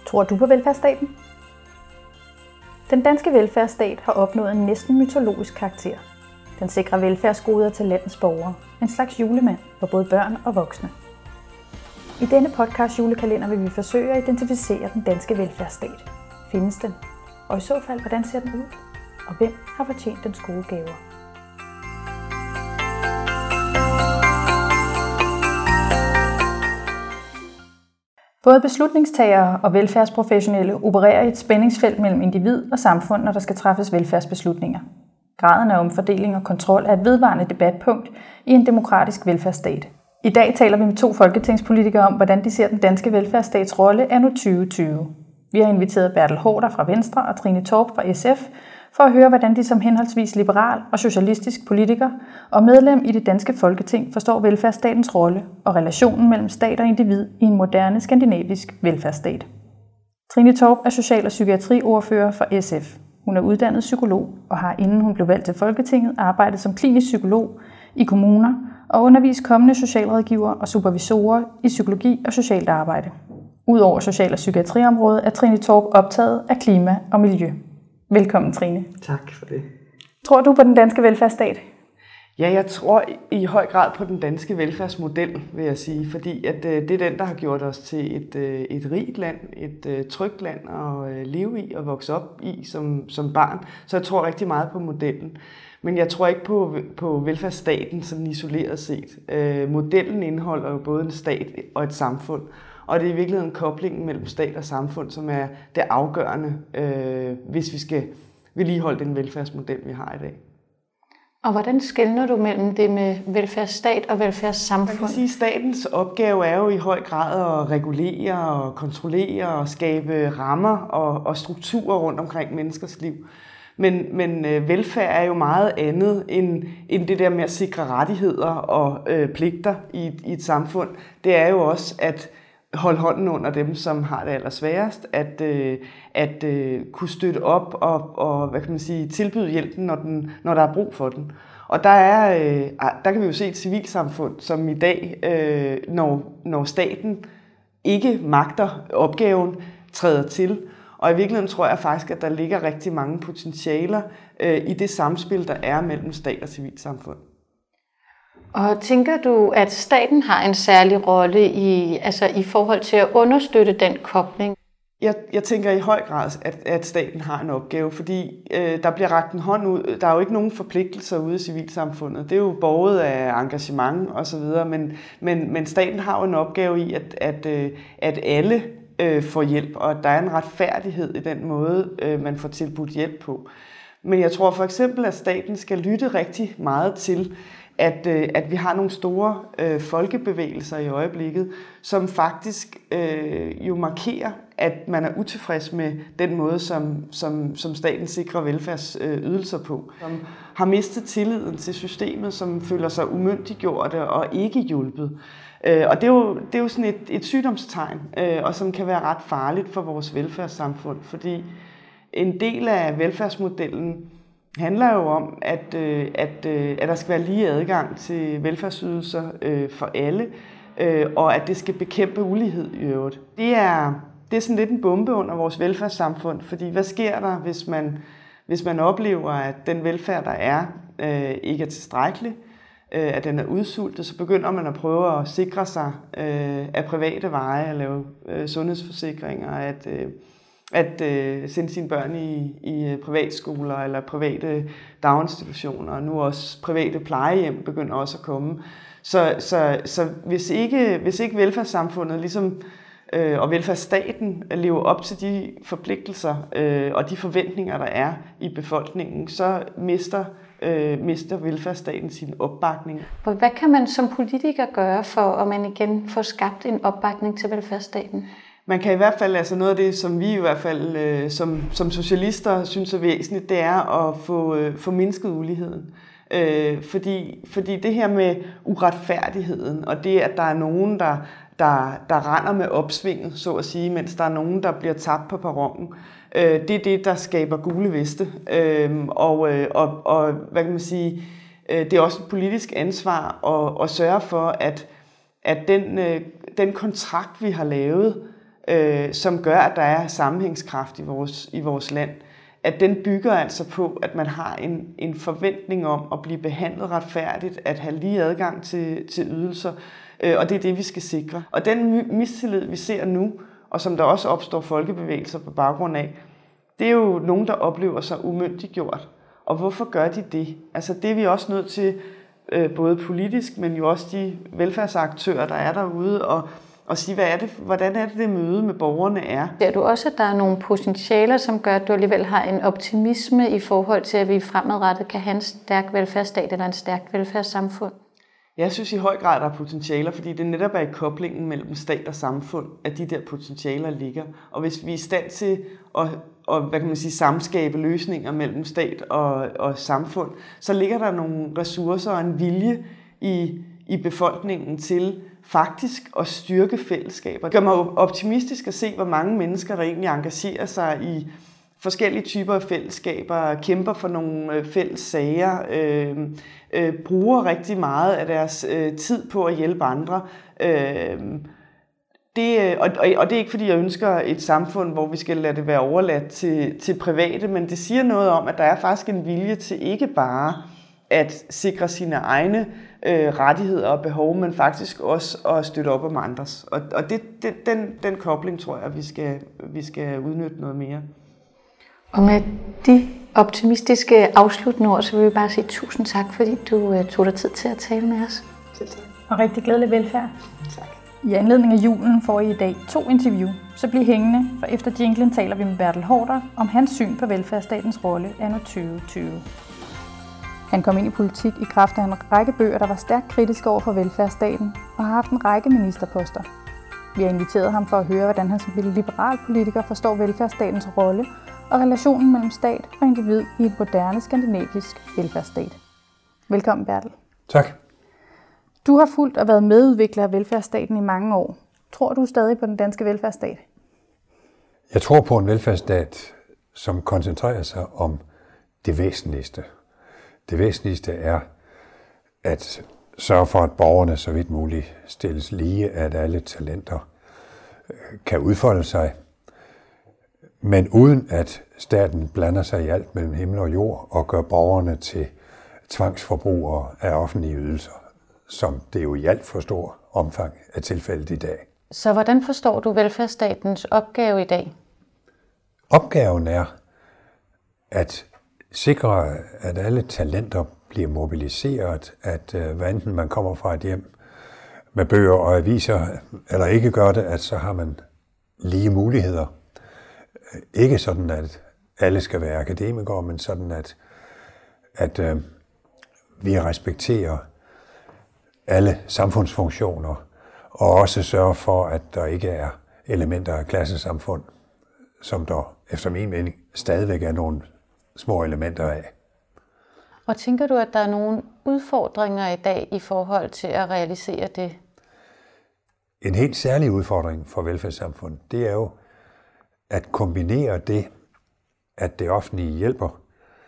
Tror du på velfærdsstaten? Den danske velfærdsstat har opnået en næsten mytologisk karakter. Den sikrer velfærdsgoder til landets borgere. En slags julemand for både børn og voksne. I denne podcast julekalender vil vi forsøge at identificere den danske velfærdsstat. Findes den? Og i så fald, hvordan ser den ud? Og hvem har fortjent dens gode gaver? Både beslutningstagere og velfærdsprofessionelle opererer i et spændingsfelt mellem individ og samfund, når der skal træffes velfærdsbeslutninger. Graden af omfordeling og kontrol er et vedvarende debatpunkt i en demokratisk velfærdsstat. I dag taler vi med 2 folketingspolitikere om, hvordan de ser den danske velfærdsstats rolle anno 2020. Vi har inviteret Bertel Haarder fra Venstre og Trine Torp fra SF for at høre, hvordan de som henholdsvis liberal og socialistisk politiker og medlem i det danske Folketing forstår velfærdsstatens rolle og relationen mellem stat og individ i en moderne skandinavisk velfærdsstat. Trine Torp er social- og psykiatriordfører for SF. Hun er uddannet psykolog og har, inden hun blev valgt til Folketinget, arbejdet som klinisk psykolog i kommuner og undervist kommende socialrådgivere og supervisorer i psykologi og socialt arbejde. Udover social- og psykiatriområdet er Trine Torp optaget af klima og miljø. Velkommen, Trine. Tak for det. Tror du på den danske velfærdsstat? Ja, jeg tror i høj grad på den danske velfærdsmodel, vil jeg sige, fordi at det er den, der har gjort os til et rigt land, et trygt land at leve i og vokse op i som barn. Så jeg tror rigtig meget på modellen. Men jeg tror ikke på velfærdsstaten sådan isoleret set. Modellen indeholder jo både en stat og et samfund. Og det er i virkeligheden koblingen mellem stat og samfund, som er det afgørende, hvis vi skal vedligeholde den velfærdsmodel, vi har i dag. Og hvordan skelner du mellem det med velfærdsstat og velfærdssamfund? Man kan sige, at statens opgave er jo i høj grad at regulere og kontrollere og skabe rammer og strukturer rundt omkring menneskers liv. Men velfærd er jo meget andet end det der med at sikre rettigheder og pligter i et samfund. Det er jo også at holde hånden under dem, som har det allersværest, at kunne støtte op og hvad kan man sige, tilbyde hjælpen, når der er brug for den. Og der kan vi jo se et civilsamfund, som i dag, når staten ikke magter opgaven, træder til. Og i virkeligheden tror jeg faktisk, at der ligger rigtig mange potentialer i det samspil, der er mellem stat og civilsamfund. Og tænker du, at staten har en særlig rolle i forhold til at understøtte den kobling? Jeg tænker i høj grad, at staten har en opgave, fordi der bliver rakt en hånd ud. Der er jo ikke nogen forpligtelser ude i civilsamfundet. Det er jo båret af engagement osv., men staten har jo en opgave i, at alle får hjælp, og at der er en retfærdighed i den måde, man får tilbudt hjælp på. Men jeg tror for eksempel, at staten skal lytte rigtig meget til, at vi har nogle store folkebevægelser i øjeblikket, som faktisk jo markerer, at man er utilfreds med den måde, som staten sikrer velfærdsydelser på. Som har mistet tilliden til systemet, som føler sig umyndiggjorte og ikke hjulpet. Og det er jo sådan et sygdomstegn, og som kan være ret farligt for vores velfærdssamfund, fordi en del af velfærdsmodellen handler jo om, at der skal være lige adgang til velfærdsydelser for alle, og at det skal bekæmpe ulighed i øvrigt. Det er sådan lidt en bombe under vores velfærdssamfund, fordi hvad sker der, hvis man oplever, at den velfærd, der er, ikke er tilstrækkelig, at den er udsultet, så begynder man at prøve at sikre sig af private veje, at lave sundhedsforsikringer, at sende sine børn i privatskoler eller private daginstitutioner, og nu også private plejehjem begynder også at komme. Så hvis ikke velfærdssamfundet ligesom, og velfærdsstaten lever op til de forpligtelser og de forventninger, der er i befolkningen, så mister velfærdsstaten sin opbakning. Hvad kan man som politiker gøre for, at man igen får skabt en opbakning til velfærdsstaten? Man kan i hvert fald, altså noget af det, som vi i hvert fald som socialister synes er væsentligt, det er at få mindsket uligheden. Fordi det her med uretfærdigheden, og det, at der er nogen, der render med opsvinget, så at sige, mens der er nogen, der bliver tabt på perronen, det er det, der skaber gule veste. Og hvad kan man sige, det er også et politisk ansvar at sørge for, at den kontrakt, vi har lavet, som gør, at der er sammenhængskraft i vores land, at den bygger altså på, at man har en forventning om at blive behandlet retfærdigt, at have lige adgang til ydelser, og det er det, vi skal sikre. Og den mistillid, vi ser nu, og som der også opstår folkebevægelser på baggrund af, det er jo nogen, der oplever sig umyndiggjort. Og hvorfor gør de det? Altså det er vi også nødt til, både politisk, men jo også de velfærdsaktører, der er derude, og sige, hvordan er det møde med borgerne er. Ser du også, at der er nogle potentialer, som gør, at du alligevel har en optimisme i forhold til, at vi fremadrettet kan have en stærk velfærdsstat eller en stærkt velfærdssamfund? Jeg synes i høj grad, der er potentialer, fordi det netop er i koblingen mellem stat og samfund, at de der potentialer ligger. Og hvis vi er i stand til at samskabe løsninger mellem stat og samfund, så ligger der nogle ressourcer og en vilje i befolkningen til faktisk at styrke fællesskaber. Det gør mig optimistisk at se, hvor mange mennesker, der egentlig engagerer sig i forskellige typer af fællesskaber, kæmper for nogle fælles sager, bruger rigtig meget af deres tid på at hjælpe andre. Det er ikke, fordi jeg ønsker et samfund, hvor vi skal lade det være overladt til private, men det siger noget om, at der er faktisk en vilje til ikke bare at sikre sine egne rettigheder og behov, men faktisk også at støtte op om andres. Og den kobling tror jeg, vi skal udnytte noget mere. Og med de optimistiske afsluttende ord, så vil vi bare sige tusind tak, fordi du tog dig tid til at tale med os. Selv tak. Og rigtig glædelig velfærd. Tak. I anledning af julen får I i dag 2 interview, så bliv hængende, for efter jinglen taler vi med Bertel Haarder om hans syn på velfærdsstatens rolle anno 2020. Han kom ind i politik i kraft af en række bøger, der var stærkt kritiske over for velfærdsstaten, og har haft en række ministerposter. Vi har inviteret ham for at høre, hvordan han som liberal politiker forstår velfærdsstatens rolle og relationen mellem stat og individ i et moderne skandinavisk velfærdsstat. Velkommen, Bertel. Tak. Du har fulgt og været medudvikler af velfærdsstaten i mange år. Tror du stadig på den danske velfærdsstat? Jeg tror på en velfærdsstat, som koncentrerer sig om det væsentligste. Det væsentligste er at sørge for, at borgerne så vidt muligt stilles lige, at alle talenter kan udfolde sig, men uden at staten blander sig i alt mellem himmel og jord og gør borgerne til tvangsforbrugere af offentlige ydelser, som det jo i alt for stor omfang er tilfældet i dag. Så hvordan forstår du velfærdsstatens opgave i dag? Opgaven er at sikre, at alle talenter bliver mobiliseret, at hvad enten man kommer fra et hjem med bøger og aviser, eller ikke gør det, at så har man lige muligheder. Ikke sådan, at alle skal være akademikere, men sådan, at vi respekterer alle samfundsfunktioner, og også sørge for, at der ikke er elementer af klassesamfund, som der efter min mening stadigvæk er nogle små elementer af. Og tænker du, at der er nogle udfordringer i dag i forhold til at realisere det? En helt særlig udfordring for velfærdssamfundet, det er jo at kombinere det, at det offentlige hjælper,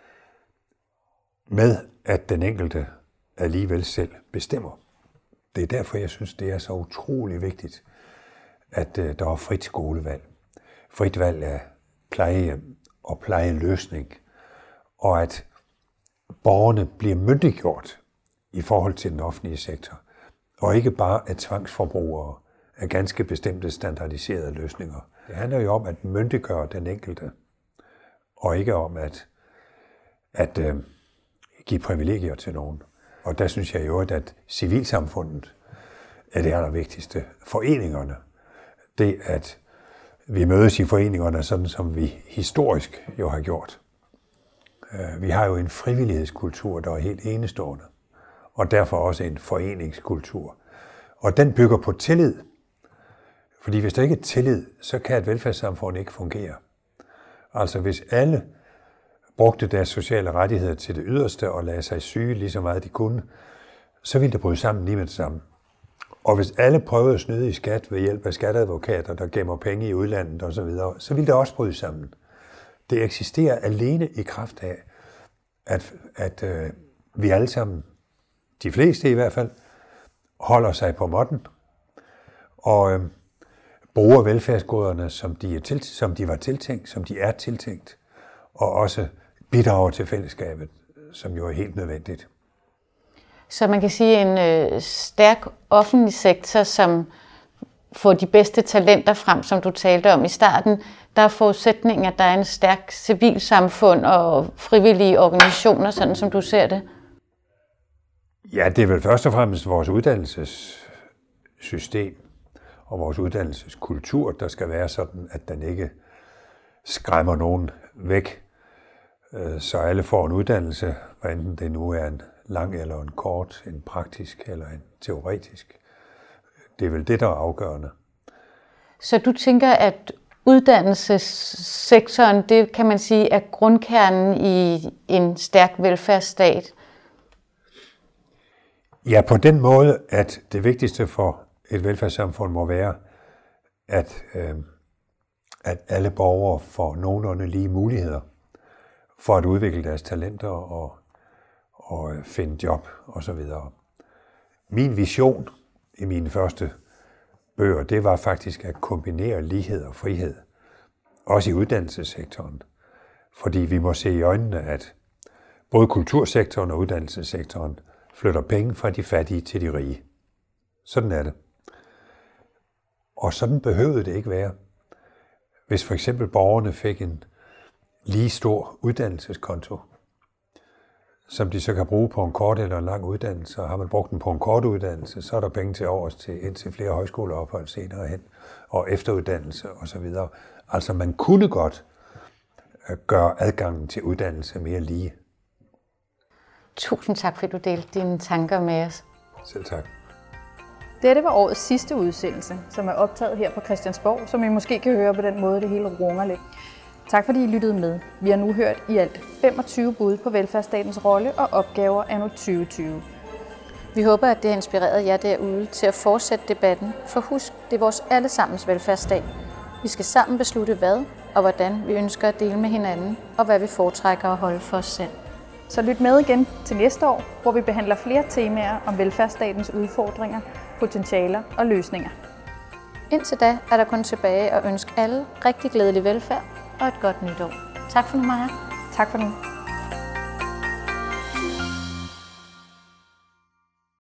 med at den enkelte alligevel selv bestemmer. Det er derfor, jeg synes, det er så utrolig vigtigt, at der er frit skolevalg. Frit valg af plejehjem og plejeløsning, og at borgerne bliver myndiggjort i forhold til den offentlige sektor, og ikke bare af tvangsforbrugere af ganske bestemte standardiserede løsninger. Det handler jo om at myndiggøre den enkelte, og ikke om at give privilegier til nogen. Og der synes jeg jo, at civilsamfundet er det allervigtigste. Foreningerne, det at vi mødes i foreningerne, sådan som vi historisk jo har gjort. Vi har jo en frivillighedskultur, der er helt enestående, og derfor også en foreningskultur. Og den bygger på tillid. Fordi hvis der ikke er tillid, så kan et velfærdssamfund ikke fungere. Altså hvis alle brugte deres sociale rettigheder til det yderste og lagde sig syge lige så meget de kunne, så ville det bryde sammen lige med det samme. Og hvis alle prøvede at snyde i skat ved hjælp af skatteadvokater, der gemmer penge i udlandet osv., så ville det også bryde sammen. Det eksisterer alene i kraft af, at vi alle sammen, de fleste i hvert fald, holder sig på måtten og bruger velfærdsgoderne, som de var tiltænkt, som de er tiltænkt, og også bidrager til fællesskabet, som jo er helt nødvendigt. Så man kan sige en stærk offentlig sektor, som får de bedste talenter frem, som du talte om i starten. Der er forudsætningen, at der er en stærk civilsamfund og frivillige organisationer, sådan som du ser det. Ja, det er vel først og fremmest vores uddannelsessystem og vores uddannelseskultur, der skal være sådan, at den ikke skræmmer nogen væk, så alle får en uddannelse, hvad enten det nu er en lang eller en kort, en praktisk eller en teoretisk. Det er vel det, der er afgørende. Så du tænker, at uddannelsessektoren, det kan man sige, er grundkernen i en stærk velfærdsstat? Ja, på den måde, at det vigtigste for et velfærdssamfund må være, at alle borgere får nogenlunde lige muligheder for at udvikle deres talenter og finde job osv. Min vision i mine første bøger, det var faktisk at kombinere lighed og frihed, også i uddannelsessektoren. Fordi vi må se i øjnene, at både kultursektoren og uddannelsessektoren flytter penge fra de fattige til de rige. Sådan er det. Og sådan behøvede det ikke være. Hvis for eksempel borgerne fik en lige stor uddannelseskonto, som de så kan bruge på en kort eller en lang uddannelse, og har man brugt den på en kort uddannelse, så er der penge til overs til indtil flere højskoleophold senere hen, og efteruddannelse osv. Altså man kunne godt gøre adgangen til uddannelse mere lige. Tusind tak, fordi du delte dine tanker med os. Selv tak. Dette var årets sidste udsendelse, som er optaget her på Christiansborg, som I måske kan høre på den måde, det hele runger lidt. Tak fordi I lyttede med. Vi har nu hørt i alt 25 bud på velfærdsstatens rolle og opgaver anno 2020. Vi håber, at det har inspireret jer derude til at fortsætte debatten, for husk, det er vores allesammens velfærdsstat. Vi skal sammen beslutte hvad og hvordan vi ønsker at dele med hinanden, og hvad vi foretrækker at holde for os selv. Så lyt med igen til næste år, hvor vi behandler flere temaer om velfærdsstatens udfordringer, potentialer og løsninger. Indtil da er der kun tilbage at ønske alle rigtig glædelig velfærd og et godt nytår. Tak for nu, Maja. Tak for nu.